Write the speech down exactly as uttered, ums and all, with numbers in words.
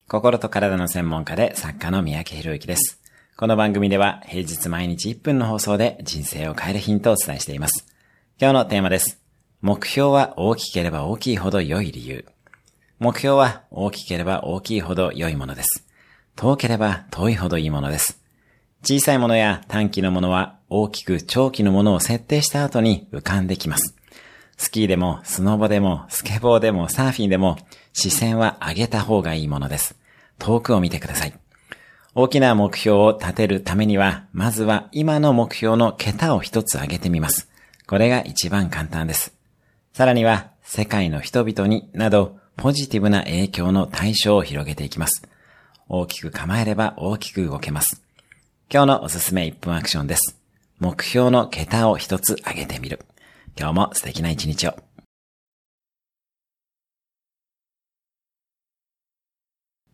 心と体の専門家で作家の三宅宏之です。この番組では平日毎日いっぷんの放送で人生を変えるヒントをお伝えしています。今日のテーマです。目標は大きければ大きいほど良い理由。目標は大きければ大きいほど良いものです。遠ければ遠いほどいいものです。小さいものや短期のものは大きく長期のものを設定した後に浮かんできます。スキーでもスノボでもスケボーでもサーフィンでも視線は上げた方がいいものです。遠くを見てください。大きな目標を立てるためには、まずは今の目標の桁を一つ上げてみます。これが一番簡単です。さらには世界の人々になどポジティブな影響の対象を広げていきます。大きく構えれば大きく動けます。今日のおすすめいっぷんアクションです。目標の桁を一つ上げてみる。今日も素敵な一日を。